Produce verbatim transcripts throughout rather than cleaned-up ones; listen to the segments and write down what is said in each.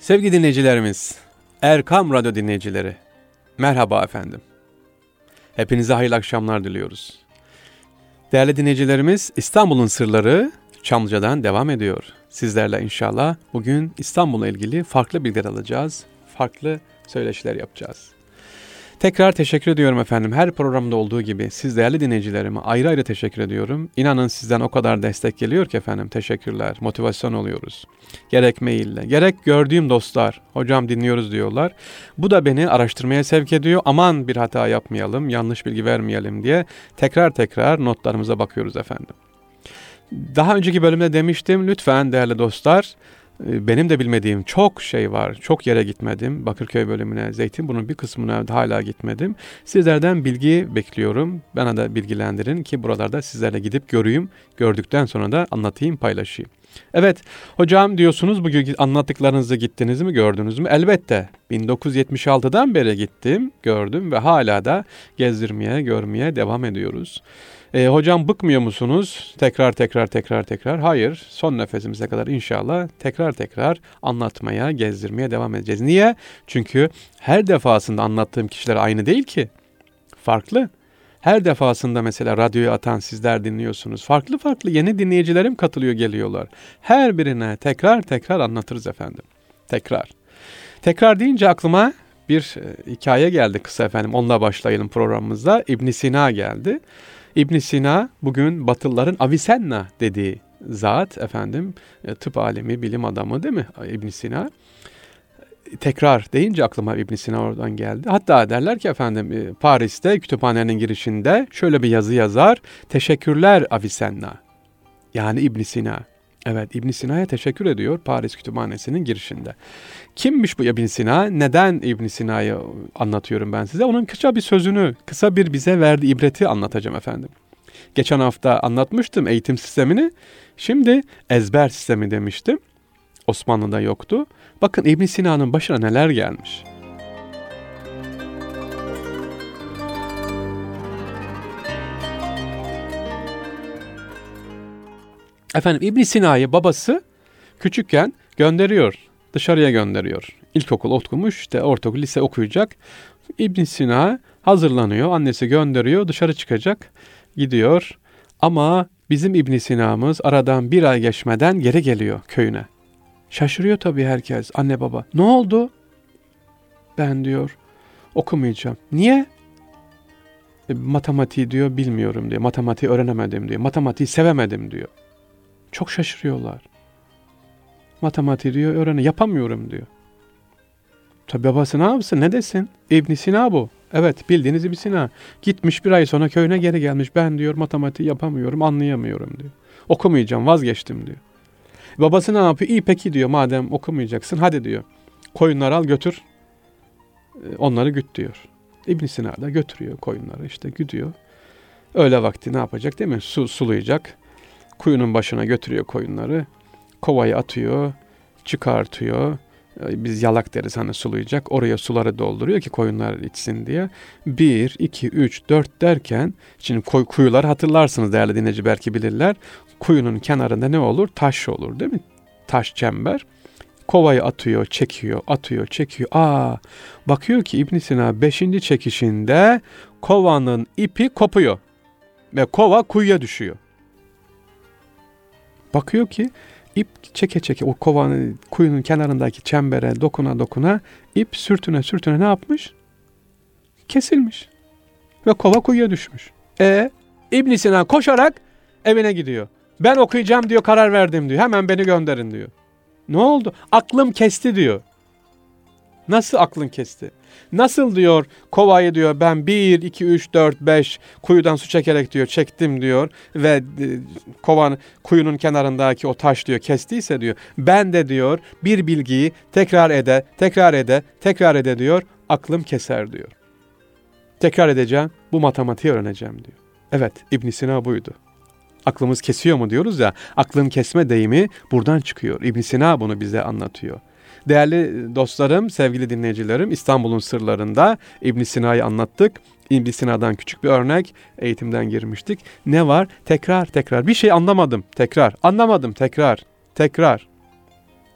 Sevgili dinleyicilerimiz, Erkam Radyo dinleyicileri, merhaba efendim. Hepinize hayırlı akşamlar diliyoruz. Değerli dinleyicilerimiz, İstanbul'un sırları Çamlıca'dan devam ediyor. Sizlerle inşallah bugün İstanbul'la ilgili farklı bilgiler alacağız, farklı söyleşiler yapacağız. Tekrar teşekkür ediyorum efendim. Her programda olduğu gibi siz değerli dinleyicilerime ayrı ayrı teşekkür ediyorum. İnanın sizden o kadar destek geliyor ki efendim, teşekkürler, motivasyon oluyoruz. Gerek maille, gerek gördüğüm dostlar, hocam dinliyoruz diyorlar. Bu da beni araştırmaya sevk ediyor. Aman bir hata yapmayalım, yanlış bilgi vermeyelim diye tekrar tekrar notlarımıza bakıyoruz efendim. Daha önceki bölümde demiştim, lütfen değerli dostlar, benim de bilmediğim çok şey var. Çok yere gitmedim. Bakırköy bölümüne, Zeytinburnu'nun bir kısmına hala gitmedim. Sizlerden bilgi bekliyorum. Bana da bilgilendirin ki buralarda sizlerle gidip göreyim. Gördükten sonra da anlatayım, paylaşayım. Evet, hocam diyorsunuz, bugün anlattıklarınızı gittiniz mi, gördünüz mü? Elbette. bin dokuz yüz yetmiş altıdan beri gittim, gördüm ve hala da gezdirmeye, görmeye devam ediyoruz. E, hocam bıkmıyor musunuz? Tekrar tekrar tekrar tekrar. Hayır, son nefesimize kadar inşallah tekrar tekrar anlatmaya, gezdirmeye devam edeceğiz. Niye? Çünkü her defasında anlattığım kişiler aynı değil ki. Farklı. Her defasında mesela radyoyu atan sizler dinliyorsunuz. Farklı farklı yeni dinleyicilerim katılıyor, geliyorlar. Her birine tekrar tekrar anlatırız efendim. Tekrar. Tekrar deyince aklıma bir e, hikaye geldi kısa efendim. Onunla başlayalım programımızda. İbn Sina geldi. İbn Sina bugün Batılıların Avicenna dediği zat efendim, tıp alemi, bilim adamı değil mi İbn Sina? Tekrar deyince aklıma İbn Sina oradan geldi. Hatta derler ki efendim, Paris'te kütüphanenin girişinde şöyle bir yazı yazar. Teşekkürler Avicenna. Yani İbn Sina. Evet, İbn Sina'ya teşekkür ediyor Paris Kütüphanesi'nin girişinde. Kimmiş bu İbn Sina? Neden İbn Sina'yı anlatıyorum ben size? Onun kısa bir sözünü, kısa bir bize verdiği ibreti anlatacağım efendim. Geçen hafta anlatmıştım eğitim sistemini. Şimdi ezber sistemi demiştim. Osmanlı'da yoktu. Bakın İbn Sina'nın başına neler gelmiş. Efendim İbn Sina'yı babası küçükken gönderiyor, dışarıya gönderiyor. İlkokul okumuş, işte ortaokul, lise okuyacak. İbn Sina hazırlanıyor, annesi gönderiyor, dışarı çıkacak, gidiyor. Ama bizim İbn Sina'mız aradan bir ay geçmeden geri geliyor köyüne. Şaşırıyor tabii herkes, anne baba. Ne oldu? Ben diyor okumayacağım. Niye? E, matematiği diyor bilmiyorum diyor. Matematiği öğrenemedim diyor. Matematiği sevemedim diyor. Çok şaşırıyorlar. Matematiği diyor öğrene yapamıyorum diyor. Tabi babası ne yapsın, ne desin? İbn Sina bu. Evet, bildiğiniz İbn Sina. Gitmiş bir ay sonra köyüne geri gelmiş. Ben diyor matematiği yapamıyorum, anlayamıyorum diyor. Okumayacağım, vazgeçtim diyor. Babası ne yapıyor? İyi peki diyor, madem okumayacaksın hadi diyor. Koyunları al götür, onları güt diyor. İbn Sina da götürüyor koyunları, işte güdüyor. Öğle vakti ne yapacak değil mi? Su sulayacak. Kuyunun başına götürüyor koyunları. Kovayı atıyor, çıkartıyor. Biz yalak deriz hani, sulayacak. Oraya suları dolduruyor ki koyunlar içsin diye. Bir, iki, üç, dört derken, şimdi koy, kuyular hatırlarsınız değerli dinleyici, belki bilirler. Kuyunun kenarında ne olur? Taş olur değil mi? Taş çember. Kovayı atıyor, çekiyor, atıyor, çekiyor. Aa, bakıyor ki İbn Sina beşinci çekişinde kovanın ipi kopuyor. Ve kova kuyuya düşüyor. Bakıyor ki ip çeke çeke o kovanın, kuyunun kenarındaki çembere dokuna dokuna ip sürtüne sürtüne ne yapmış? Kesilmiş. Ve kova kuyuya düşmüş. E İbn Sina koşarak evine gidiyor. Ben okuyacağım diyor, karar verdim diyor. Hemen beni gönderin diyor. Ne oldu? Aklım kesti diyor. Nasıl aklın kesti? Nasıl diyor kovayı diyor ben bir, iki, üç, dört, beş kuyudan su çekerek diyor çektim diyor ve e, kovan kuyunun kenarındaki o taş diyor kestiyse diyor, ben de diyor bir bilgiyi tekrar ede, tekrar ede, tekrar ede diyor, aklım keser diyor. Tekrar edeceğim, bu matematiği öğreneceğim diyor. Evet, İbn Sina buydu. Aklımız kesiyor mu diyoruz ya, aklın kesme deyimi buradan çıkıyor. İbn Sina bunu bize anlatıyor. Değerli dostlarım, sevgili dinleyicilerim, İstanbul'un sırlarında İbn Sina'yı anlattık. İbn Sina'dan küçük bir örnek, eğitimden girmiştik. Ne var? Tekrar tekrar. Bir şey anlamadım. Tekrar. Anlamadım. Tekrar. Tekrar.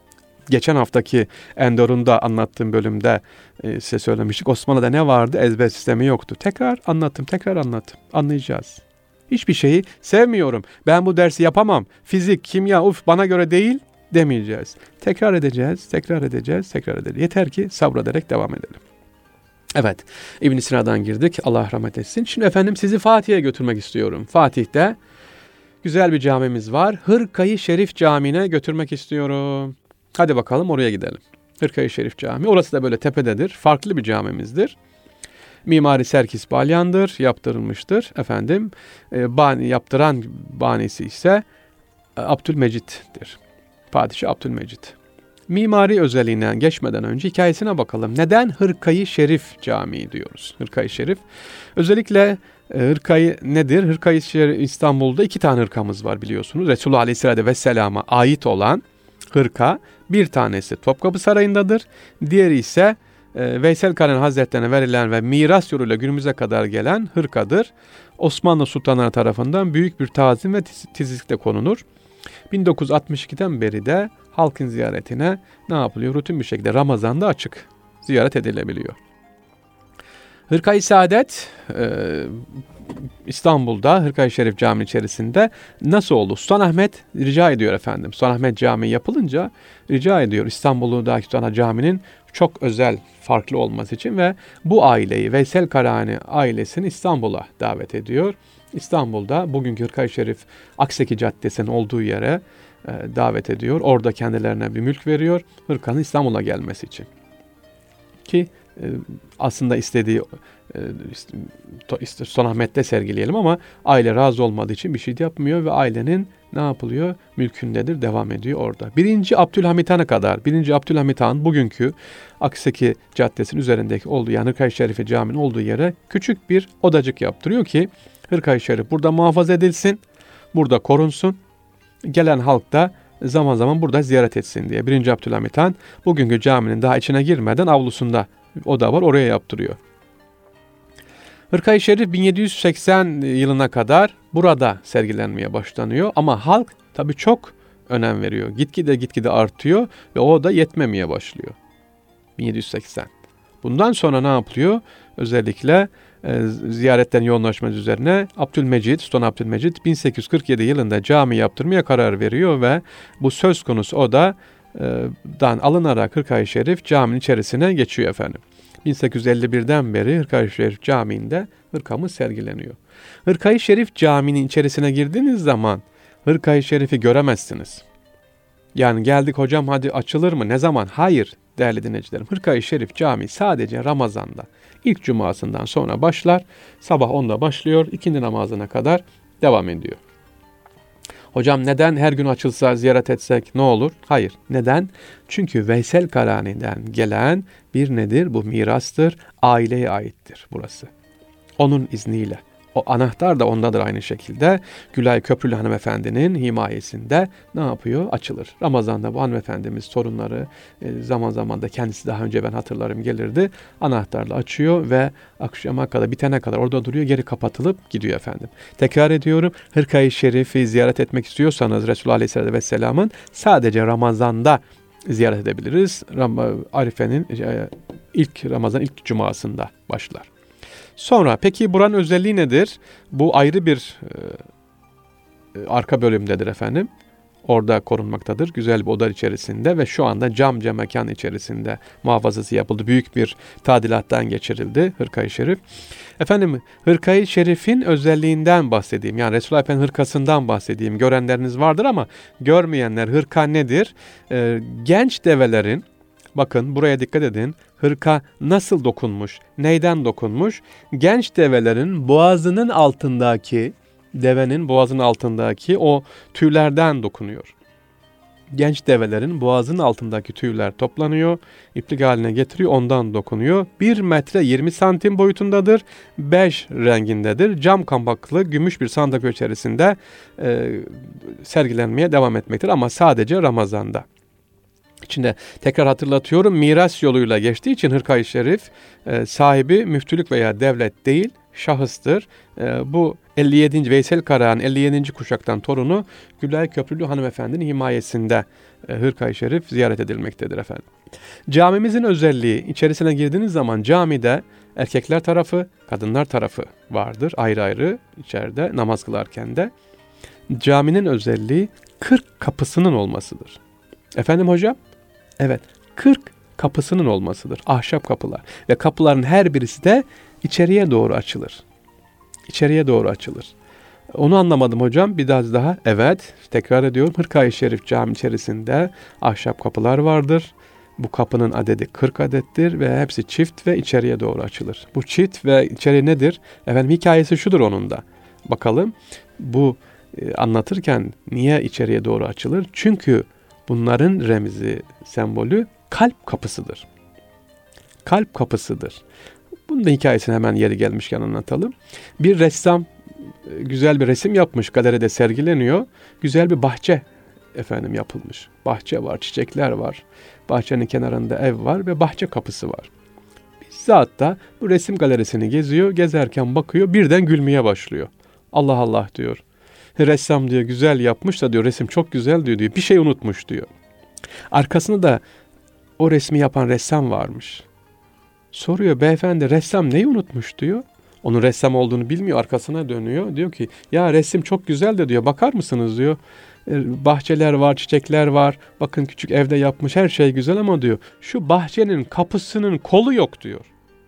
Geçen haftaki Endor'unda anlattığım bölümde e, size söylemiştik. Osmanlı'da ne vardı? Ezber sistemi yoktu. Tekrar anlattım, tekrar anlattım. Anlayacağız. Hiçbir şeyi sevmiyorum. Ben bu dersi yapamam. Fizik, kimya, uf bana göre değil demeyeceğiz. Tekrar edeceğiz, tekrar edeceğiz, tekrar edeceğiz. Yeter ki sabrederek devam edelim. Evet, İbn Sina'dan girdik. Allah rahmet etsin. Şimdi efendim sizi Fatih'e götürmek istiyorum. Fatih'te güzel bir camimiz var. Hırka-i Şerif Camii'ne götürmek istiyorum. Hadi bakalım oraya gidelim. Hırka-i Şerif Camii. Orası da böyle tepededir. Farklı bir camimizdir. Mimari Serkis Balyan'dır. Yaptırılmıştır. Efendim, e, bani, yaptıran banisi ise e, Abdülmecit'tir. Padişah Abdülmecit. Mimari özelliğinden geçmeden önce hikayesine bakalım. Neden Hırka-i Şerif Camii diyoruz? Hırka-i Şerif. Özellikle e, Hırka-i nedir? Hırka-i Şerif İstanbul'da iki tane hırkamız var biliyorsunuz. Resulullah Aleyhisselatü Vesselam'a ait olan hırka, bir tanesi Topkapı Sarayı'ndadır. Diğeri ise e, Veysel Karani Hazretlerine verilen ve miras yoluyla günümüze kadar gelen hırkadır. Osmanlı sultanları tarafından büyük bir tazim ve titizlikle konulur. bin dokuz yüz altmış ikiden beri de halkın ziyaretine ne yapılıyor? Rutin bir şekilde Ramazan'da açık ziyaret edilebiliyor. Hırka-i Saadet e, İstanbul'da Hırka-i Şerif Camii içerisinde nasıl oldu? Sultanahmet rica ediyor efendim. Sultanahmet Camii yapılınca rica ediyor İstanbul'daki Sultanahmet Camii'nin çok özel, farklı olması için ve bu aileyi, Veysel Karani ailesini İstanbul'a davet ediyor. İstanbul'da bugünkü Hırka-i Şerif Akseki Caddesi'nin olduğu yere e, davet ediyor. Orada kendilerine bir mülk veriyor. Hırkanın İstanbul'a gelmesi için. Ki e, aslında istediği e, Sultanahmet'te sergileyelim ama aile razı olmadığı için bir şey de yapmıyor ve ailenin ne yapılıyor? Mülkündedir, devam ediyor orada. Birinci Abdülhamit Han'a kadar, Birinci Abdülhamit Han bugünkü Akseki Caddesi'nin üzerindeki olduğu, yani Hırka-i Şerife Camii'nin olduğu yere küçük bir odacık yaptırıyor ki Hırka-i Şerif burada muhafaza edilsin, burada korunsun. Gelen halk da zaman zaman burada ziyaret etsin diye. Birinci Abdülhamit Han bugünkü caminin daha içine girmeden avlusunda oda var, oraya yaptırıyor. Hırka-i Şerif bin yedi yüz seksen yılına kadar burada sergilenmeye başlanıyor ama halk tabii çok önem veriyor. Gitgide gitgide artıyor ve o da yetmemeye başlıyor. bin yedi yüz seksen. Bundan sonra ne yapılıyor? Özellikle e, ziyaretlerin yoğunlaşması üzerine Abdülmecit, Sultan Abdülmecit bin sekiz yüz kırk yedi yılında cami yaptırmaya karar veriyor ve bu söz konusu odadan alınarak Hırka-i Şerif caminin içerisine geçiyor efendim. bin sekiz yüz elli birden beri Hırka-i Şerif Camii'nde hırkamız sergileniyor. Hırka-i Şerif Camii'nin içerisine girdiğiniz zaman Hırka-i Şerif'i göremezsiniz. Yani geldik hocam hadi açılır mı? Ne zaman? Hayır değerli dinleyicilerim. Hırka-i Şerif Camii sadece Ramazan'da ilk cumasından sonra başlar. Sabah onda başlıyor. İkindi namazına kadar devam ediyor. Hocam neden her gün açılsa ziyaret etsek ne olur? Hayır. Neden? Çünkü Veysel Karani'den gelen bir nedir? Bu mirastır. Aileye aittir burası. Onun izniyle. O anahtar da ondadır aynı şekilde. Gülay Köprülü hanımefendinin himayesinde ne yapıyor? Açılır. Ramazan'da bu hanımefendimiz torunları e, zaman zaman da kendisi daha önce ben hatırlarım gelirdi. Anahtarla açıyor ve akşama kadar bitene kadar orada duruyor. Geri kapatılıp gidiyor efendim. Tekrar ediyorum. Hırka-i Şerif'i ziyaret etmek istiyorsanız Resulullah Aleyhisselatü Vesselam'ın sadece Ramazan'da ziyaret edebiliriz. Ram- Arife'nin e, ilk Ramazan ilk cumasında başlar. Sonra peki buranın özelliği nedir? Bu ayrı bir e, arka bölümdedir efendim. Orada korunmaktadır. Güzel bir oda içerisinde ve şu anda cam cam mekan içerisinde muhafazası yapıldı. Büyük bir tadilattan geçirildi Hırka-i Şerif. Efendim Hırka-i Şerif'in özelliğinden bahsedeyim. Yani Resulullah Efendimiz hırkasından bahsedeyim. Görenleriniz vardır ama görmeyenler hırka nedir? E, genç develerin, bakın buraya dikkat edin. Hırka nasıl dokunmuş? Neyden dokunmuş? Genç develerin boğazının altındaki, devenin boğazının altındaki o tüylerden dokunuyor. Genç develerin boğazının altındaki tüyler toplanıyor, iplik haline getiriyor, ondan dokunuyor. bir metre yirmi santim boyutundadır, beş rengindedir. Cam kapaklı gümüş bir sandık içerisinde e, sergilenmeye devam etmektedir ama sadece Ramazan'da. İçinde tekrar hatırlatıyorum, miras yoluyla geçtiği için Hırka-i Şerif e, sahibi müftülük veya devlet değil, şahıstır. E, bu elli yedinci Veysel Karahan elli yedinci kuşaktan torunu Gülay Köprülü hanımefendinin himayesinde e, Hırka-i Şerif ziyaret edilmektedir efendim. Camimizin özelliği, içerisine girdiğiniz zaman camide erkekler tarafı, kadınlar tarafı vardır. Ayrı ayrı içeride namaz kılarken de. Caminin özelliği kırk kapısının olmasıdır. Efendim hocam? Evet, kırk kapısının olmasıdır. Ahşap kapılar. Ve kapıların her birisi de içeriye doğru açılır. İçeriye doğru açılır. Onu anlamadım hocam. Bir daha daha. Evet, tekrar ediyorum. Hırka-i Şerif cami içerisinde ahşap kapılar vardır. Bu kapının adedi kırk adettir ve hepsi çift ve içeriye doğru açılır. Bu çift ve içeri nedir? Efendim hikayesi şudur onun da. Bakalım bu e, anlatırken niye içeriye doğru açılır? Çünkü bunların remzi, sembolü kalp kapısıdır. Kalp kapısıdır. Bunun da hikayesini hemen yeri gelmişken anlatalım. Bir ressam güzel bir resim yapmış, galeride sergileniyor. Güzel bir bahçe efendim yapılmış. Bahçe var, çiçekler var. Bahçenin kenarında ev var ve bahçe kapısı var. Bizzat da bu resim galerisini geziyor. Gezerken bakıyor, birden gülmeye başlıyor. Allah Allah diyor. Ressam diyor güzel yapmış da diyor, resim çok güzel diyor, diyor. Bir şey unutmuş diyor. Arkasında da o resmi yapan ressam varmış. Soruyor, beyefendi ressam neyi unutmuş diyor. Onun ressam olduğunu bilmiyor, arkasına dönüyor. Diyor ki ya resim çok güzel de diyor, bakar mısınız diyor. Bahçeler var, çiçekler var. Bakın küçük evde yapmış, her şey güzel ama diyor şu bahçenin kapısının kolu yok diyor.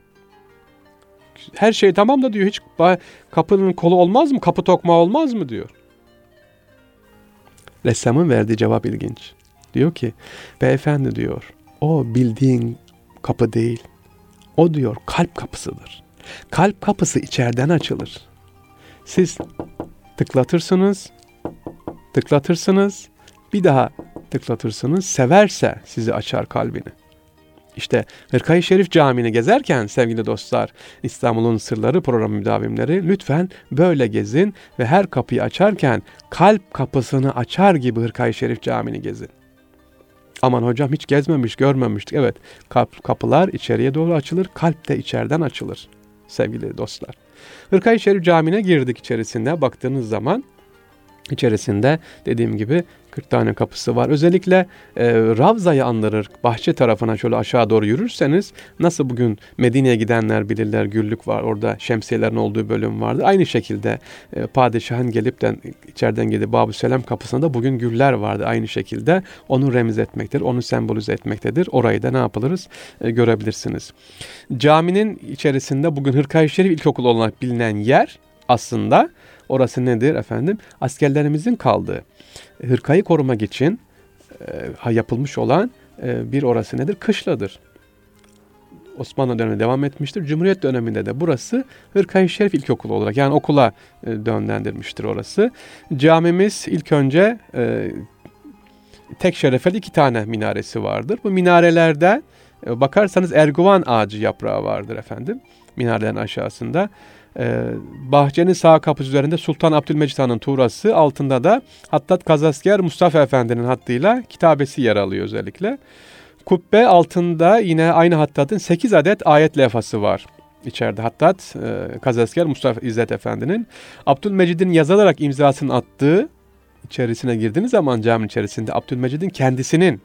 Her şey tamam da diyor, hiç kapının kolu olmaz mı? Kapı tokmağı olmaz mı diyor. Ressamın verdiği cevap ilginç. Diyor ki beyefendi diyor, o bildiğin kapı değil. O diyor kalp kapısıdır. Kalp kapısı içeriden açılır. Siz tıklatırsınız, tıklatırsınız, bir daha tıklatırsınız, severse sizi açar kalbini. İşte Hırka-i Şerif Camii'ni gezerken sevgili dostlar, İstanbul'un Sırları programı müdavimleri lütfen böyle gezin ve her kapıyı açarken kalp kapısını açar gibi Hırka-i Şerif Camii'ni gezin. Aman hocam hiç gezmemiş, görmemiştik. Evet, kap, kapılar içeriye doğru açılır, kalp de içeriden açılır sevgili dostlar. Hırka-i Şerif Camii'ne girdik, içerisinde baktığınız zaman içerisinde dediğim gibi kırk tane kapısı var. Özellikle e, Ravza'yı andırır. Bahçe tarafına şöyle aşağı doğru yürürseniz, nasıl bugün Medine'ye gidenler bilirler, güllük var. Orada şemsiyelerin olduğu bölüm vardır. Aynı şekilde e, padişahın gelip de içeriden gelip Bab-ı Selam kapısında da bugün güller vardı. Aynı şekilde onu remiz etmektedir. Onu sembolize etmektedir. Orayı da ne yapılırız? E, görebilirsiniz. Caminin içerisinde bugün Hırka-i Şerif İlkokulu olarak bilinen yer aslında orası nedir efendim? Askerlerimizin kaldığı, hırkayı korumak için e, yapılmış olan e, bir orası nedir? Kışladır. Osmanlı döneminde devam etmiştir. Cumhuriyet döneminde de burası Hırka-i Şerif İlkokulu olarak, yani okula e, dönlendirmiştir orası. Camimiz ilk önce e, tek şerefeli iki tane minaresi vardır. Bu minarelerde e, bakarsanız erguvan ağacı yaprağı vardır efendim. Minarelerin aşağısında. Ee, bahçenin sağ kapısı üzerinde Sultan Abdülmecit Han'ın tuğrası, altında da Hattat Kazasker Mustafa Efendi'nin hattıyla kitabesi yer alıyor özellikle. Kubbe altında yine aynı Hattat'ın sekiz adet ayet levhası var. İçeride Hattat e, Kazasker Mustafa İzzet Efendi'nin Abdülmecid'in yazılarak imzasını attığı, içerisine girdiğiniz zaman caminin içerisinde Abdülmecid'in kendisinin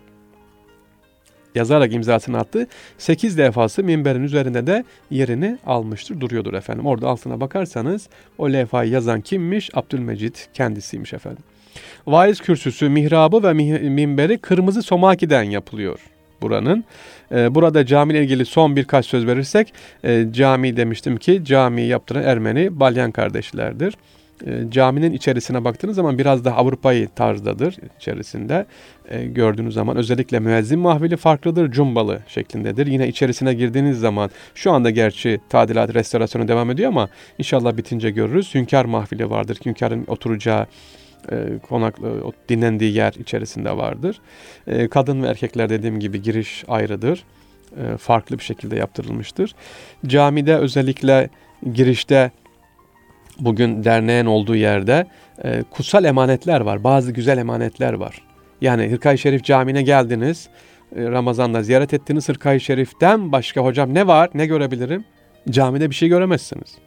yazarak imzasını attı. sekiz levhası minberin üzerinde de yerini almıştır, duruyordur efendim. Orada altına bakarsanız o levhayı yazan kimmiş? Abdülmecid kendisiymiş efendim. Vaiz kürsüsü, mihrabı ve minberi kırmızı somakiden yapılıyor buranın. Ee, burada camiyle ilgili son birkaç söz verirsek, e, cami demiştim ki camiyi yaptıran Ermeni Balyan kardeşlerdir. E, caminin içerisine baktığınız zaman biraz da Avrupa'yı tarzdadır içerisinde. E, gördüğünüz zaman özellikle müezzin mahvili farklıdır, cumbalı şeklindedir. Yine içerisine girdiğiniz zaman, şu anda gerçi tadilat, restorasyonu devam ediyor ama inşallah bitince görürüz. Hünkâr mahvili vardır. Hünkârın oturacağı, e, konaklı, dinlendiği yer içerisinde vardır. E, kadın ve erkekler dediğim gibi giriş ayrıdır. E, farklı bir şekilde yaptırılmıştır. Camide özellikle girişte, bugün derneğin olduğu yerde e, kutsal emanetler var. Bazı güzel emanetler var. Yani Hırka-i Şerif Camii'ne geldiniz, e, Ramazan'da ziyaret ettiniz, Hırka-i Şerif'ten başka hocam ne var, ne görebilirim? Camide bir şey göremezsiniz.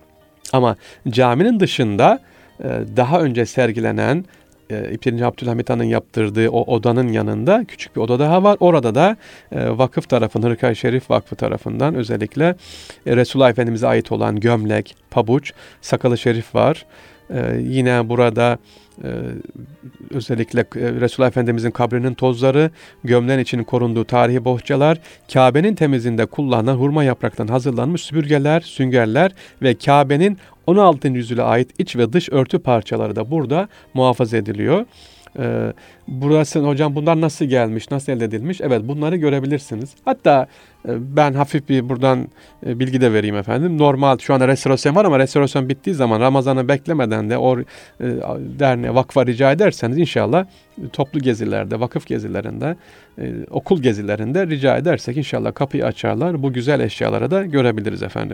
Ama caminin dışında daha önce sergilenen birinci. Abdülhamit Han'ın yaptırdığı o odanın yanında küçük bir oda daha var. Orada da vakıf tarafından, Hırkaya Şerif Vakfı tarafından özellikle Resulullah Efendimiz'e ait olan gömlek, pabuç, sakalı şerif var. Yine burada özellikle Resulullah Efendimiz'in kabrinin tozları, gömleğin içinin korunduğu tarihi bohçalar, Kabe'nin temizliğinde kullanılan hurma yapraktan hazırlanmış süpürgeler, süngerler ve Kabe'nin on altıncı yüzyıla ait iç ve dış örtü parçaları da burada muhafaza ediliyor. Ee, burası hocam bunlar nasıl gelmiş, nasıl elde edilmiş? Evet, bunları görebilirsiniz. Hatta e, ben hafif bir buradan e, bilgi de vereyim efendim. Normal şu anda restorasyon var ama restorasyon bittiği zaman Ramazan'ı beklemeden de o e, derneğe, vakfa rica ederseniz inşallah e, toplu gezilerde, vakıf gezilerinde, e, okul gezilerinde rica edersek inşallah kapıyı açarlar. Bu güzel eşyaları da görebiliriz efendim.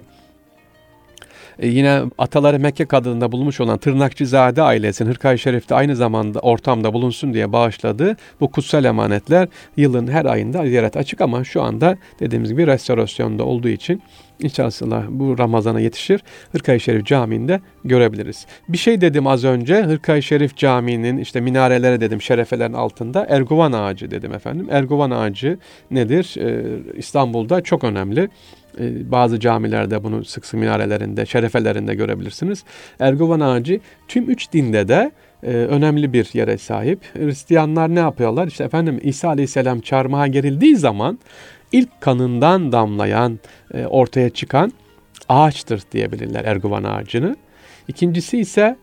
Ee, yine ataları Mekke kadınında bulunmuş olan Tırnakçızade ailesinin Hırkaya Şerif'te aynı zamanda ortamda bulunsun diye bağışladığı bu kutsal emanetler yılın her ayında ziyaret açık ama şu anda dediğimiz gibi restorasyonda olduğu için İnşallah bu Ramazan'a yetişir. Hırkaya Şerif Camii'nde görebiliriz. Bir şey dedim az önce. Hırkaya Şerif Camii'nin işte minarelere dedim, şerefelerin altında erguvan ağacı dedim efendim. Erguvan ağacı nedir? Ee, İstanbul'da çok önemli. Ee, bazı camilerde bunu sık sık minarelerinde, şerefelerinde görebilirsiniz. Erguvan ağacı tüm üç dinde de e, önemli bir yere sahip. Hristiyanlar ne yapıyorlar? İşte efendim İsa Aleyhisselam çarmıha gerildiği zaman İlk kanından damlayan, e, ortaya çıkan ağaçtır diyebilirler erguvan ağacını. İkincisi ise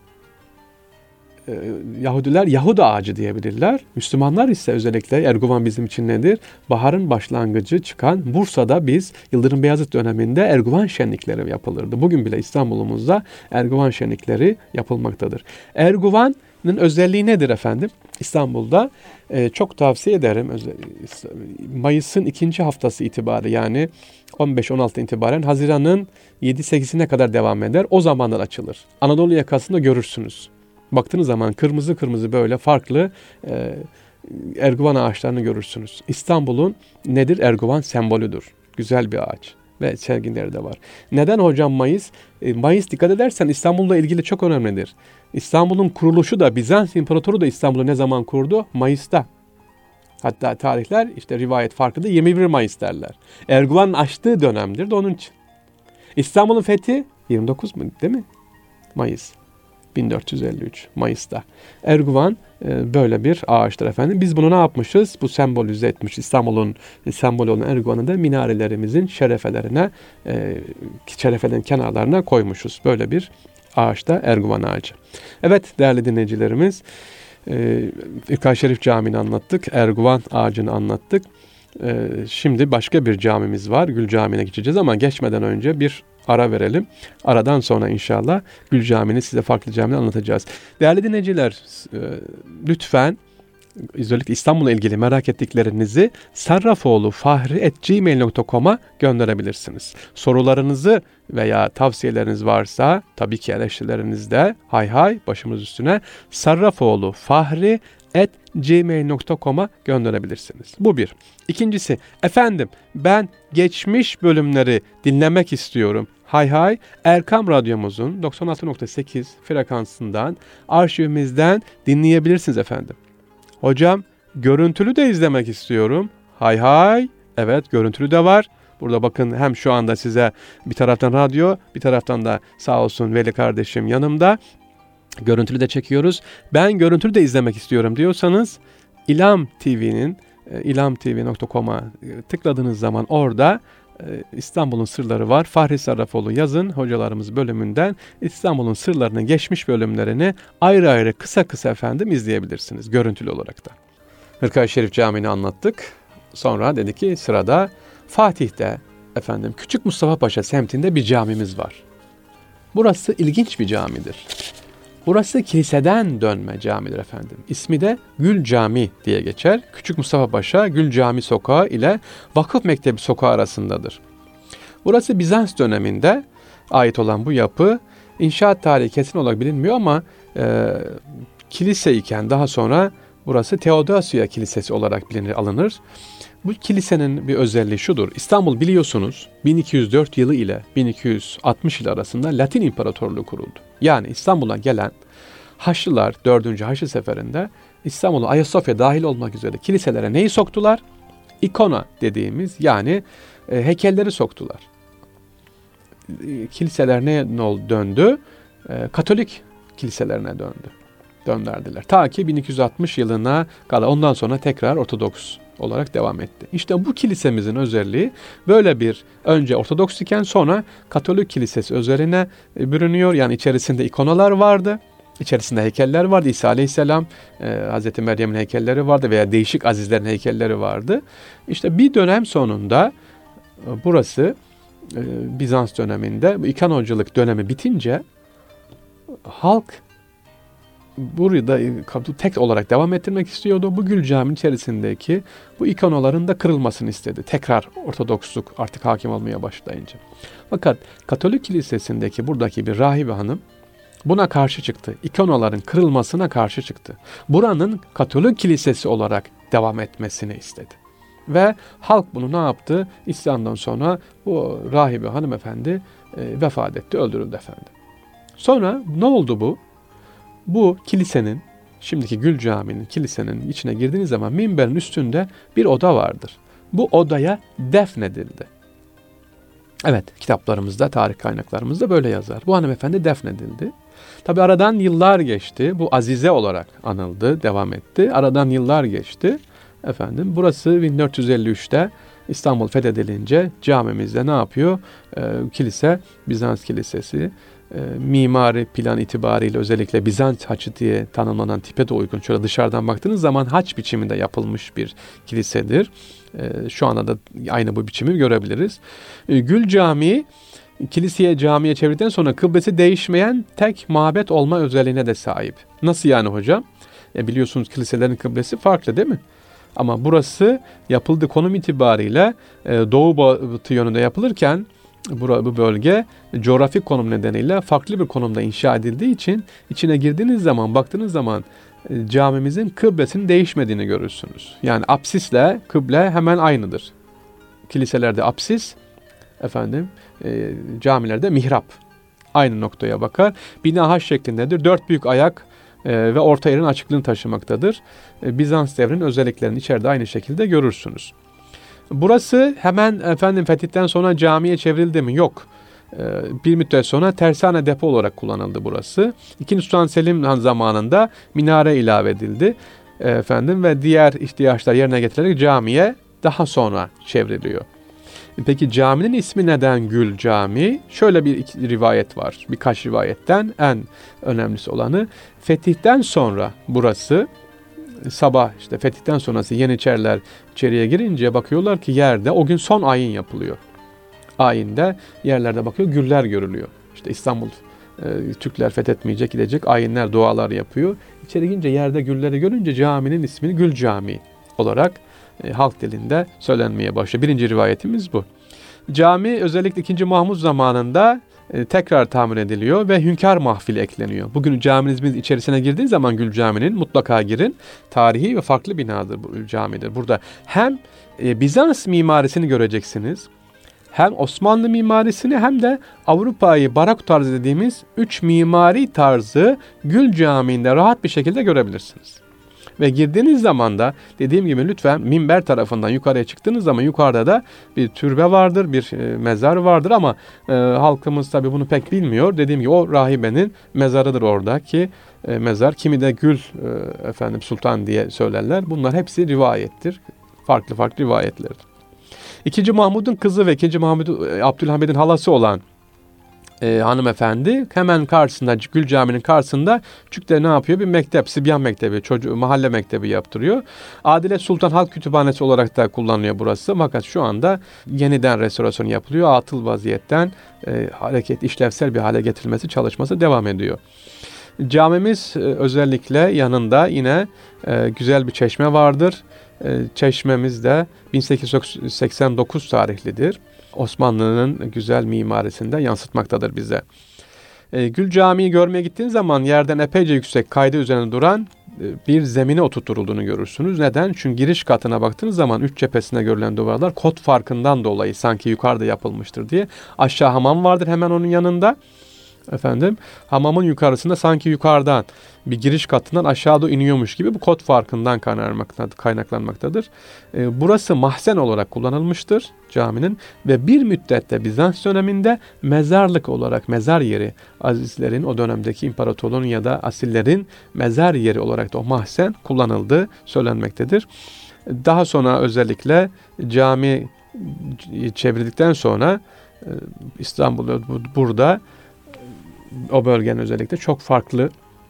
e, Yahudiler Yahuda ağacı diyebilirler. Müslümanlar ise özellikle erguvan bizim için nedir? Baharın başlangıcı çıkan Bursa'da biz Yıldırım Beyazıt döneminde erguvan şenlikleri yapılırdı. Bugün bile İstanbul'umuzda erguvan şenlikleri yapılmaktadır. Erguvan'ın özelliği nedir efendim? İstanbul'da e, çok tavsiye ederim. Mayıs'ın ikinci haftası itibariyle yani on beş on altı itibaren Haziran'ın yedi sekizine kadar devam eder. O zamanlar açılır. Anadolu yakasında görürsünüz. Baktığınız zaman kırmızı kırmızı böyle farklı e, erguvan ağaçlarını görürsünüz. İstanbul'un nedir? Erguvan sembolüdür. Güzel bir ağaç. Ve sergileri de var. Neden hocam Mayıs? E, Mayıs dikkat edersen İstanbul'la ilgili çok önemlidir. İstanbul'un kuruluşu da Bizans İmparatoru da İstanbul'u ne zaman kurdu? Mayıs'ta. Hatta tarihler işte rivayet farklı da yirmi bir Mayıs derler. Erguvan'ın açtığı dönemdir de onun için. İstanbul'un fethi yirmi dokuz mu değil mi? Mayıs. bin dört yüz elli üç Mayıs'ta. Erguvan e, böyle bir ağaçtır efendim. Biz bunu ne yapmışız? Bu sembolize etmiş. İstanbul'un e, sembolü olan Erguvan'ı da minarelerimizin şerefelerine, e, şerefelerin kenarlarına koymuşuz. Böyle bir ağaçta erguvan ağacı. Evet değerli dinleyicilerimiz, e, Hırkaya Şerif Camii'ni anlattık. Erguvan ağacını anlattık. E, şimdi başka bir camimiz var. Gül Camii'ne geçeceğiz ama geçmeden önce bir ara verelim. Aradan sonra inşallah Gül Camii'ni size farklı camileri anlatacağız. Değerli dinleyiciler, lütfen özellikle İstanbul'la ilgili merak ettiklerinizi sarrafoğlu fahri at gmail nokta com'a gönderebilirsiniz. Sorularınızı veya tavsiyeleriniz varsa tabii ki eleştirileriniz de hay hay başımız üstüne sarrafoğlu fahri at gmail nokta com'a gönderebilirsiniz. Bu bir. İkincisi, efendim ben geçmiş bölümleri dinlemek istiyorum. Hay hay Erkam Radyomuzun doksan altı nokta sekiz frekansından arşivimizden dinleyebilirsiniz efendim. Hocam görüntülü de izlemek istiyorum. Hay hay evet görüntülü de var. Burada bakın hem şu anda size bir taraftan radyo bir taraftan da sağ olsun Veli kardeşim yanımda. Görüntülü de çekiyoruz. Ben görüntülü de izlemek istiyorum diyorsanız İlham T V'nin ilham t v nokta com'a tıkladığınız zaman orada İstanbul'un Sırları var. Fahri Sarrafoğlu yazın hocalarımız bölümünden İstanbul'un Sırları'nın geçmiş bölümlerini ayrı ayrı kısa kısa efendim izleyebilirsiniz görüntülü olarak da. Hırkaya Şerif Camii'ni anlattık. Sonra dedi ki sırada Fatih'te efendim Küçük Mustafa Paşa semtinde bir camimiz var. Burası ilginç bir camidir. Burası kiliseden dönme camidir efendim. İsmi de Gül Cami diye geçer. Küçük Mustafa Paşa Gül Cami Sokağı ile Vakıf Mektebi Sokağı arasındadır. Burası Bizans döneminde ait olan bu yapı inşaat tarihi kesin olarak bilinmiyor ama e, kilise iken daha sonra Burası Teodosya Kilisesi olarak bilinir, alınır. Bu kilisenin bir özelliği şudur. İstanbul biliyorsunuz bin iki yüz dört yılı ile bin iki yüz altmış yılı arasında Latin İmparatorluğu kuruldu. Yani İstanbul'a gelen Haçlılar dördüncü Haçlı Seferi'nde İstanbul'u Ayasofya dahil olmak üzere kiliselere neyi soktular? İkona dediğimiz yani e, heykelleri soktular. E, kiliseler ne döndü? E, Katolik kiliselerine döndü. Döndürdüler. Ta ki bin iki yüz altmış yılına kadar, ondan sonra tekrar Ortodoks olarak devam etti. İşte bu kilisemizin özelliği böyle bir, önce Ortodoks iken sonra Katolik kilisesi üzerine bürünüyor. Yani içerisinde ikonalar vardı. İçerisinde heykeller vardı. İsa Aleyhisselam, e, Hazreti Meryem'in heykelleri vardı veya değişik azizlerin heykelleri vardı. İşte bir dönem sonunda e, burası e, Bizans döneminde, bu İkonocılık dönemi bitince halk burada tek olarak devam ettirmek istiyordu. Bu Gül Camii'nin içerisindeki bu ikonaların da kırılmasını istedi. Tekrar Ortodoksluk artık hakim olmaya başlayınca. Fakat Katolik Kilisesi'ndeki buradaki bir rahibe hanım buna karşı çıktı. İkonaların kırılmasına karşı çıktı. Buranın Katolik Kilisesi olarak devam etmesini istedi. Ve halk bunu ne yaptı? İslam'dan sonra bu rahibe hanımefendi e, vefat etti, öldürüldü efendim. Sonra ne oldu bu? Bu kilisenin, şimdiki Gül Camii'nin, kilisenin içine girdiğiniz zaman minberin üstünde bir oda vardır. Bu odaya defnedildi. Evet, kitaplarımızda, tarih kaynaklarımızda böyle yazar. Bu hanımefendi defnedildi. Tabi aradan yıllar geçti. Bu Azize olarak anıldı, devam etti. Aradan yıllar geçti. Efendim, burası bin dört yüz elli üçte İstanbul fethedilince camimizde ne yapıyor? Ee, kilise, Bizans Kilisesi. E, mimari plan itibariyle özellikle Bizans haçı diye tanımlanan tipe de uygun. Şöyle dışarıdan baktığınız zaman haç biçiminde yapılmış bir kilisedir. E, şu anda da aynı bu biçimi görebiliriz. E, Gül Camii, kiliseye camiye çevirdikten sonra kıblesi değişmeyen tek mabet olma özelliğine de sahip. Nasıl yani hocam? E, biliyorsunuz kiliselerin kıblesi farklı değil mi? Ama burası yapıldığı konum itibariyle e, doğu batı yönünde yapılırken bu bölge coğrafik konum nedeniyle farklı bir konumda inşa edildiği için içine girdiğiniz zaman, baktığınız zaman e, camimizin kıblesinin değişmediğini görürsünüz. Yani apsisle kıble hemen aynıdır. Kiliselerde apsis, efendim, e, camilerde mihrap. Aynı noktaya bakar. Bina H şeklindedir. Dört büyük ayak e, ve orta yerin açıklığını taşımaktadır. E, Bizans devrinin özelliklerini içeride aynı şekilde görürsünüz. Burası hemen efendim fetihten sonra camiye çevrildi mi? Yok. Ee, bir müddet sonra tersane depo olarak kullanıldı burası. İkinci Sultan Selim zamanında minare ilave edildi. Ee, efendim ve diğer ihtiyaçlar yerine getirilerek camiye daha sonra çevriliyor. Peki caminin ismi neden Gül Camii? Şöyle bir iki, rivayet var. Birkaç rivayetten en önemlisi olanı, fetihten sonra burası, sabah işte fetihten sonrası Yeniçeriler içeriye girince bakıyorlar ki yerde o gün son ayin yapılıyor. Ayinde yerlerde bakıyor güller görülüyor. İşte İstanbul e, Türkler fethetmeyecek, gidecek, ayinler, dualar yapıyor. İçeri girince yerde gülleri görünce caminin ismini Gül Camii olarak e, halk dilinde söylenmeye başlıyor. Birinci rivayetimiz bu. Cami özellikle ikinci. Mahmud zamanında e, tekrar tamir ediliyor ve hünkâr mahfili ekleniyor. Bugün camimizin içerisine girdiğiniz zaman Gül Camii'nin mutlaka girin. Tarihi ve farklı binadır bu camidir. Burada hem e, Bizans mimarisini göreceksiniz, hem Osmanlı mimarisini hem de Avrupa'yı barok tarzı dediğimiz üç mimari tarzı Gül Camii'nde rahat bir şekilde görebilirsiniz. Ve girdiğiniz zaman da dediğim gibi lütfen minber tarafından yukarıya çıktığınız zaman yukarıda da bir türbe vardır, bir e, mezar vardır ama e, halkımız tabii bunu pek bilmiyor. Dediğim gibi o rahibenin mezarıdır oradaki e, mezar. Kimi de Gül e, efendim Sultan diye söylerler. Bunlar hepsi rivayettir. Farklı farklı rivayetlerdir. İkinci Mahmud'un kızı ve ikinci Mahmud e, Abdülhamid'in halası olan E, hanımefendi hemen karşısında, Gül Camii'nin karşısında küçükler ne yapıyor? Bir mektep, Sibyan Mektebi, çocuğu, mahalle mektebi yaptırıyor. Adile Sultan Halk Kütüphanesi olarak da kullanılıyor burası. Fakat şu anda yeniden restorasyon yapılıyor. Atıl vaziyetten e, hareket, işlevsel bir hale getirilmesi çalışması devam ediyor. Camimiz e, özellikle yanında yine e, güzel bir çeşme vardır. E, çeşmemiz de bin sekiz yüz seksen dokuz tarihlidir. Osmanlı'nın güzel mimarisinde yansıtmaktadır bize. E, Gül Camii'yi görmeye gittiğiniz zaman yerden epeyce yüksek, kaydı üzerine duran bir zemine oturtulduğunu görürsünüz. Neden? Çünkü giriş katına baktığınız zaman üç cephesine görülen duvarlar kod farkından dolayı sanki yukarıda yapılmıştır diye. Aşağı hamam vardır hemen onun yanında. Efendim, hamamın yukarısında sanki yukarıdan bir giriş katından aşağıda iniyormuş gibi bu kod farkından kaynaklanmaktadır. E, burası mahzen olarak kullanılmıştır caminin ve bir müddette Bizans döneminde mezarlık olarak, mezar yeri, azizlerin, o dönemdeki imparatorluğun ya da asillerin mezar yeri olarak da o mahzen kullanıldığı söylenmektedir. Daha sonra özellikle cami çevrildikten sonra e, İstanbul'da burada o bölgenin özellikle çok farklı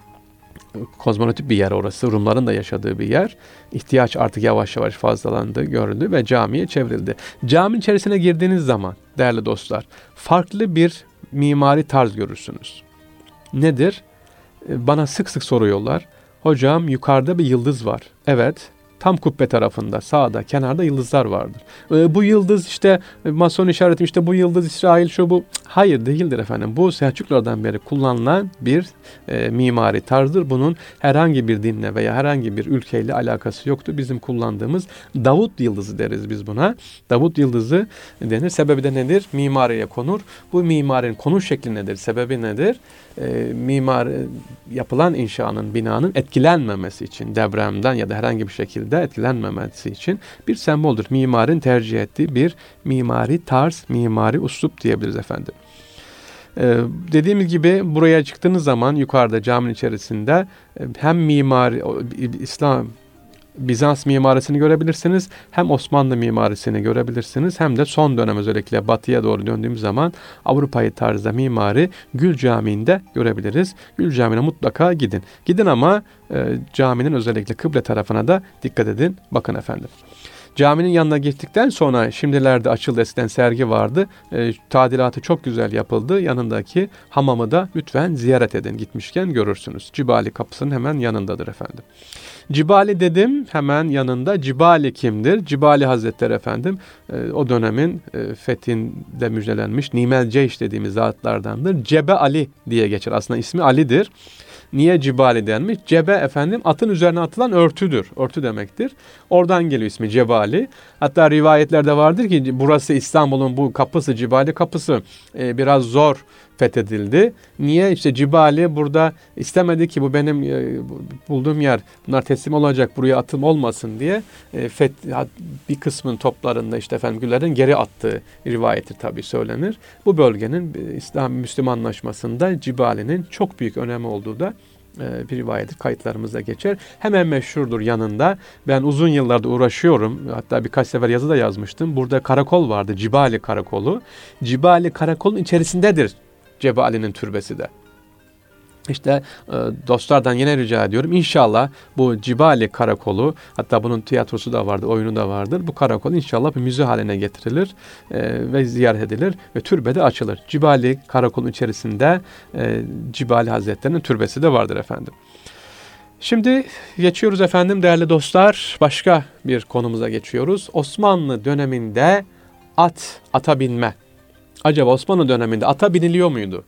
kozmonotik bir yer orası. Rumların da yaşadığı bir yer. İhtiyaç artık yavaş yavaş fazlalandı, görüldü ve camiye çevrildi. Caminin içerisine girdiğiniz zaman değerli dostlar, farklı bir mimari tarz görürsünüz. Nedir? Bana sık sık soruyorlar. Hocam yukarıda bir yıldız var. Evet. Tam kubbe tarafında, sağda, kenarda yıldızlar vardır. E, bu yıldız işte mason işareti, işte bu yıldız İsrail, şu bu. Hayır, değildir efendim. Bu Selçuklulardan beri kullanılan bir e, mimari tarzdır. Bunun herhangi bir dinle veya herhangi bir ülkeyle alakası yoktur. Bizim kullandığımız Davut yıldızı deriz biz buna. Davut yıldızı denir. Sebebi de nedir? Mimariye konur. Bu mimarinin konuş şekli nedir? Sebebi nedir? E, mimar yapılan inşanın, binanın etkilenmemesi için, depremden ya da herhangi bir şekilde etkilenmemesi için bir semboldür. Mimarın tercih ettiği bir mimari tarz, mimari uslup diyebiliriz efendim. Ee, dediğimiz gibi buraya çıktığınız zaman yukarıda caminin içerisinde hem mimari, İslam, Bizans mimarisini görebilirsiniz, hem Osmanlı mimarisini görebilirsiniz, hem de son dönem özellikle batıya doğru döndüğümüz zaman Avrupa'yı tarzda mimari Gül Camii'nde görebiliriz. Gül Camii'ne mutlaka gidin. Gidin ama e, caminin özellikle kıble tarafına da dikkat edin. Bakın efendim. Caminin yanına gittikten sonra şimdilerde açıldı, eskiden sergi vardı. E, tadilatı çok güzel yapıldı. Yanındaki hamamı da lütfen ziyaret edin. Gitmişken görürsünüz. Cibali kapısının hemen yanındadır efendim. Cibali dedim, hemen yanında Cibali kimdir? Cibali Hazretleri efendim e, o dönemin e, fethinde müjdelenmiş Nimel Ceyş dediğimiz zatlardandır. Cebe Ali diye geçer. Aslında ismi Ali'dir. Niye Cibali denmiş? Cebe efendim atın üzerine atılan örtüdür. Örtü demektir. Oradan geliyor ismi Cebali. Hatta rivayetlerde vardır ki burası İstanbul'un bu kapısı, Cibali kapısı e, biraz zor fethedildi. Niye? İşte Cibali burada istemedi ki bu benim e, bulduğum yer, bunlar teslim olacak, buraya atım olmasın diye e, feth, bir kısmın toplarında işte efendim Güller'in geri attığı rivayeti tabii söylenir. Bu bölgenin e, İslam Müslümanlaşmasında Cibali'nin çok büyük önemi olduğu da e, bir rivayet kayıtlarımızda geçer. Hemen meşhurdur yanında. Ben uzun yıllarda uğraşıyorum. Hatta birkaç sefer yazı da yazmıştım. Burada karakol vardı. Cibali Karakolu. Cibali Karakol'un içerisindedir Cebali'nin türbesi de. İşte e, dostlardan yine rica ediyorum. İnşallah bu Cibali Karakolu, hatta bunun tiyatrosu da vardır, oyunu da vardır. Bu karakol inşallah bir müze haline getirilir e, ve ziyaret edilir ve türbede açılır. Cibali Karakol'un içerisinde e, Cibali Hazretleri'nin türbesi de vardır efendim. Şimdi geçiyoruz efendim değerli dostlar. Başka bir konumuza geçiyoruz. Osmanlı döneminde at, ata binme. Acaba Osmanlı döneminde ata biniliyor muydu?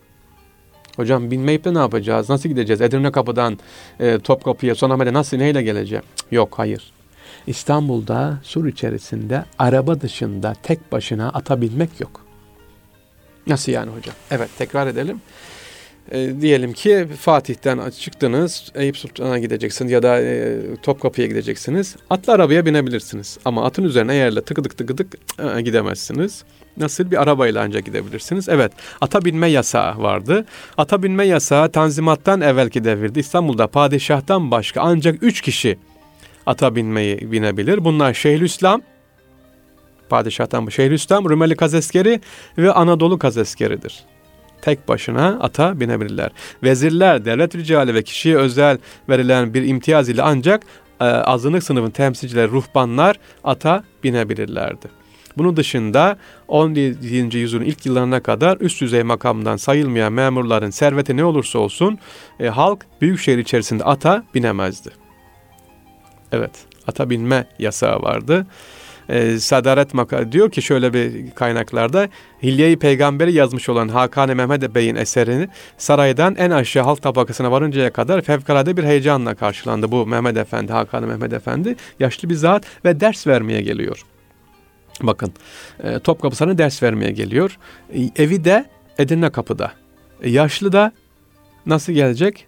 Hocam binmeyip de ne yapacağız? Nasıl gideceğiz? Edirne Kapı'dan e, Topkapı'ya, Sultanahmet'e nasıl, neyle geleceğim? Cık, yok, hayır. İstanbul'da, sur içerisinde araba dışında tek başına ata binmek yok. Nasıl yani hocam? Evet, tekrar edelim. E, diyelim ki Fatih'ten çıktınız, Eyüp Sultan'a gideceksiniz ya da e, Topkapı'ya gideceksiniz. Atlı arabaya binebilirsiniz. Ama atın üzerine eğerle tıkıdık tıkıdık e, gidemezsiniz. Nasıl? Bir arabayla ancak gidebilirsiniz. Evet, ata binme yasağı vardı. Ata binme yasağı Tanzimat'tan evvelki devirde İstanbul'da padişahtan başka ancak üç kişi ata binmeyi binebilir. Bunlar Şeyhülislam, padişahtan bu Şeyhülislam, Rumeli Kazeskeri ve Anadolu Kazeskeri'dir. Tek başına ata binebilirler. Vezirler, devlet ricali ve kişiye özel verilen bir imtiyaz ile ancak e, azınlık sınıfın temsilcileri, ruhbanlar ata binebilirlerdi. Bunun dışında on yedinci yüzyılın ilk yıllarına kadar üst düzey makamdan sayılmayan memurların serveti ne olursa olsun e, halk büyükşehir içerisinde ata binemezdi. Evet, ata binme yasağı vardı. e, Sadaret Maka diyor ki şöyle bir kaynaklarda Hilye-i Peygamber'i yazmış olan Hakan Mehmet Bey'in eserini saraydan en aşağı halk tabakasına varıncaya kadar fevkalade bir heyecanla karşılandı. Bu Mehmet Efendi, Hakan Mehmet Efendi yaşlı bir zat ve ders vermeye geliyor. Bakın e, Topkapı Sarayı'na ders vermeye geliyor. E, evi de Edirne Kapı'da. E, yaşlı da nasıl gelecek?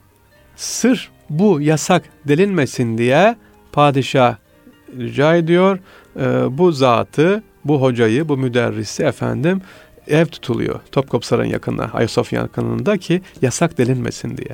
Sırf bu yasak delinmesin diye padişah rica ediyor. E, bu zatı, bu hocayı, bu müderrisi efendim ev tutuluyor. Topkapı Sarayı'nın yakınında, Ayasofya yakınında ki yasak delinmesin diye.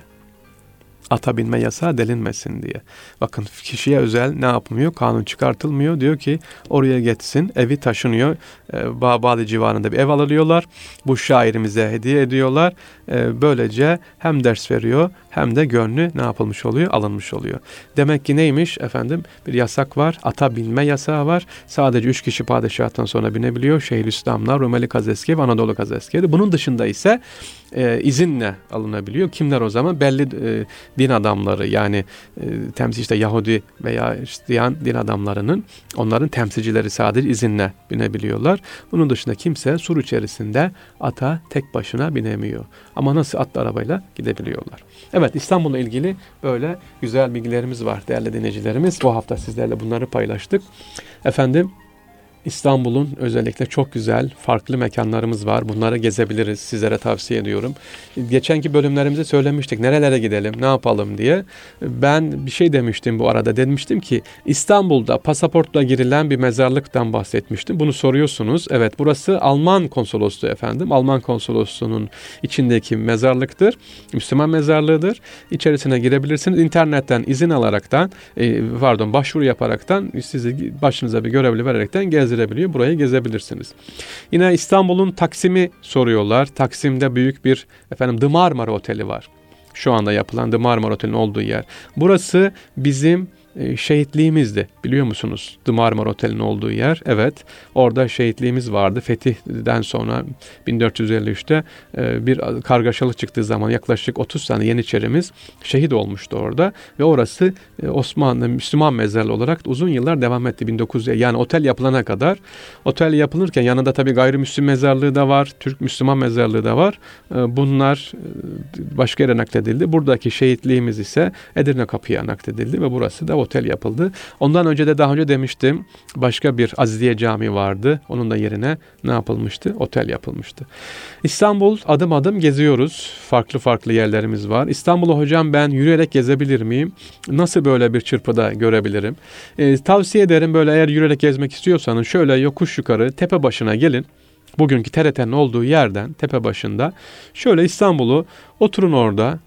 Ata binme yasağı delinmesin diye. Bakın kişiye özel ne yapmıyor? Kanun çıkartılmıyor. Diyor ki oraya geçsin. Evi taşınıyor. E, Bağbadi civarında bir ev alıyorlar. Bu şairimize hediye ediyorlar. E, böylece hem ders veriyor hem de gönlü ne yapılmış oluyor? Alınmış oluyor. Demek ki neymiş efendim? Bir yasak var. Ata binme yasağı var. Sadece üç kişi padişahtan sonra binebiliyor. Şeyhülislamlar, Rumeli Kazeski ve Anadolu Kazeski. Bunun dışında ise e, izinle alınabiliyor. Kimler o zaman? Belli e, din adamları yani e, temsil işte Yahudi veya Hristiyan din adamlarının onların temsilcileri sadece izinle binebiliyorlar. Bunun dışında kimse sur içerisinde ata tek başına binemiyor. Ama nasıl atlı arabayla gidebiliyorlar. Evet, İstanbul'la ilgili böyle güzel bilgilerimiz var değerli dinleyicilerimiz. Bu hafta sizlerle bunları paylaştık. Efendim İstanbul'un özellikle çok güzel, farklı mekanlarımız var. Bunları gezebiliriz. Sizlere tavsiye ediyorum. Geçenki bölümlerimizde söylemiştik. Nerelere gidelim, ne yapalım diye. Ben bir şey demiştim bu arada. Demiştim ki İstanbul'da pasaportla girilen bir mezarlıktan bahsetmiştim. Bunu soruyorsunuz. Evet, burası Alman konsolosluğu efendim. Alman konsolosluğunun içindeki mezarlıktır. Müslüman mezarlığıdır. İçerisine girebilirsiniz. İnternetten izin alaraktan, pardon başvuru yaparaktan sizi başınıza bir görevli vererekten gezdirebilirsiniz. Burayı gezebilirsiniz. Yine İstanbul'un Taksim'i soruyorlar. Taksim'de büyük bir efendim The Marmara Oteli var. Şu anda yapılan The Marmara Oteli'nin olduğu yer. Burası bizim e, şehitliğimizdi. Biliyor musunuz? The Marmara Oteli'nin olduğu yer. Evet. Orada şehitliğimiz vardı. Fetih'den sonra bin dört yüz elli üçte e, bir kargaşalık çıktığı zaman yaklaşık otuz tane Yeniçerimiz şehit olmuştu orada. Ve orası e, Osmanlı Müslüman mezarlığı olarak uzun yıllar devam etti. bin dokuz yüz yani otel yapılana kadar. Otel yapılırken yanında tabii gayrimüslim mezarlığı da var. Türk Müslüman mezarlığı da var. E, bunlar e, başka yere nakledildi. Buradaki şehitliğimiz ise Edirne Kapı'ya nakledildi ve burası da otel yapıldı. Ondan önce de daha önce demiştim başka bir Aziziye Camii vardı. Onun da yerine ne yapılmıştı? Otel yapılmıştı. İstanbul adım adım geziyoruz. Farklı farklı yerlerimiz var. İstanbul'u hocam ben yürüyerek gezebilir miyim? Nasıl böyle bir çırpıda görebilirim? Ee, tavsiye ederim böyle eğer yürüyerek gezmek istiyorsanız şöyle yokuş yukarı tepe başına gelin. Bugünkü T R T'nin olduğu yerden tepe başında şöyle İstanbul'u oturun orada.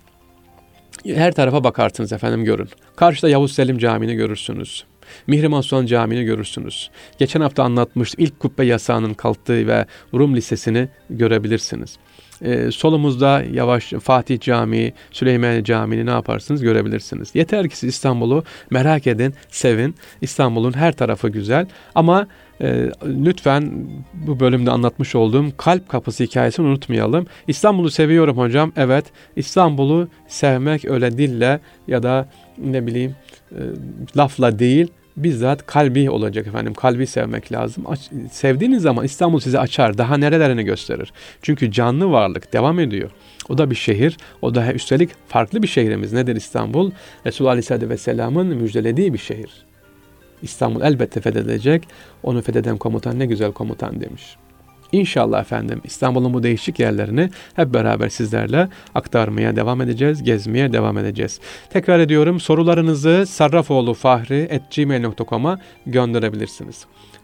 Her tarafa bakarsınız efendim görün. Karşıda Yavuz Selim Camii'ni görürsünüz. Mihrimah Sultan Camii'ni görürsünüz. Geçen hafta anlatmıştım. İlk kubbe yasağının kalktığı ve Rum Lisesi'ni görebilirsiniz. Ee, solumuzda yavaş Fatih Camii, Süleymaniye Camii'ni ne yaparsınız görebilirsiniz. Yeter ki siz İstanbul'u merak edin, sevin. İstanbul'un her tarafı güzel ama e, lütfen bu bölümde anlatmış olduğum kalp kapısı hikayesini unutmayalım. İstanbul'u seviyorum hocam. Evet, İstanbul'u sevmek öyle dille ya da ne bileyim e, lafla değil, bizzat kalbi olacak efendim. Kalbi sevmek lazım. Aç, sevdiğiniz zaman İstanbul size açar. Daha nerelerini gösterir. Çünkü canlı varlık devam ediyor. O da bir şehir. O da üstelik farklı bir şehrimiz. Nedir İstanbul? Resulullah Aleyhisselatü Vesselam'ın müjdelediği bir şehir. İstanbul elbette fethedilecek. Onu fetheden komutan ne güzel komutan demiş. İnşallah efendim İstanbul'un bu değişik yerlerini hep beraber sizlerle aktarmaya devam edeceğiz, gezmeye devam edeceğiz. Tekrar ediyorum, sorularınızı sarrafoğlufahri at gmail nokta com'a gönderebilirsiniz.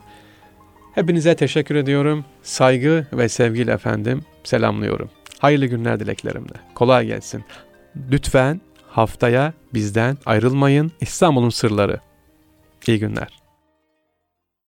Hepinize teşekkür ediyorum. Saygı ve sevgiyle efendim selamlıyorum. Hayırlı günler dileklerimle. Kolay gelsin. Lütfen haftaya bizden ayrılmayın. İstanbul'un sırları. İyi günler.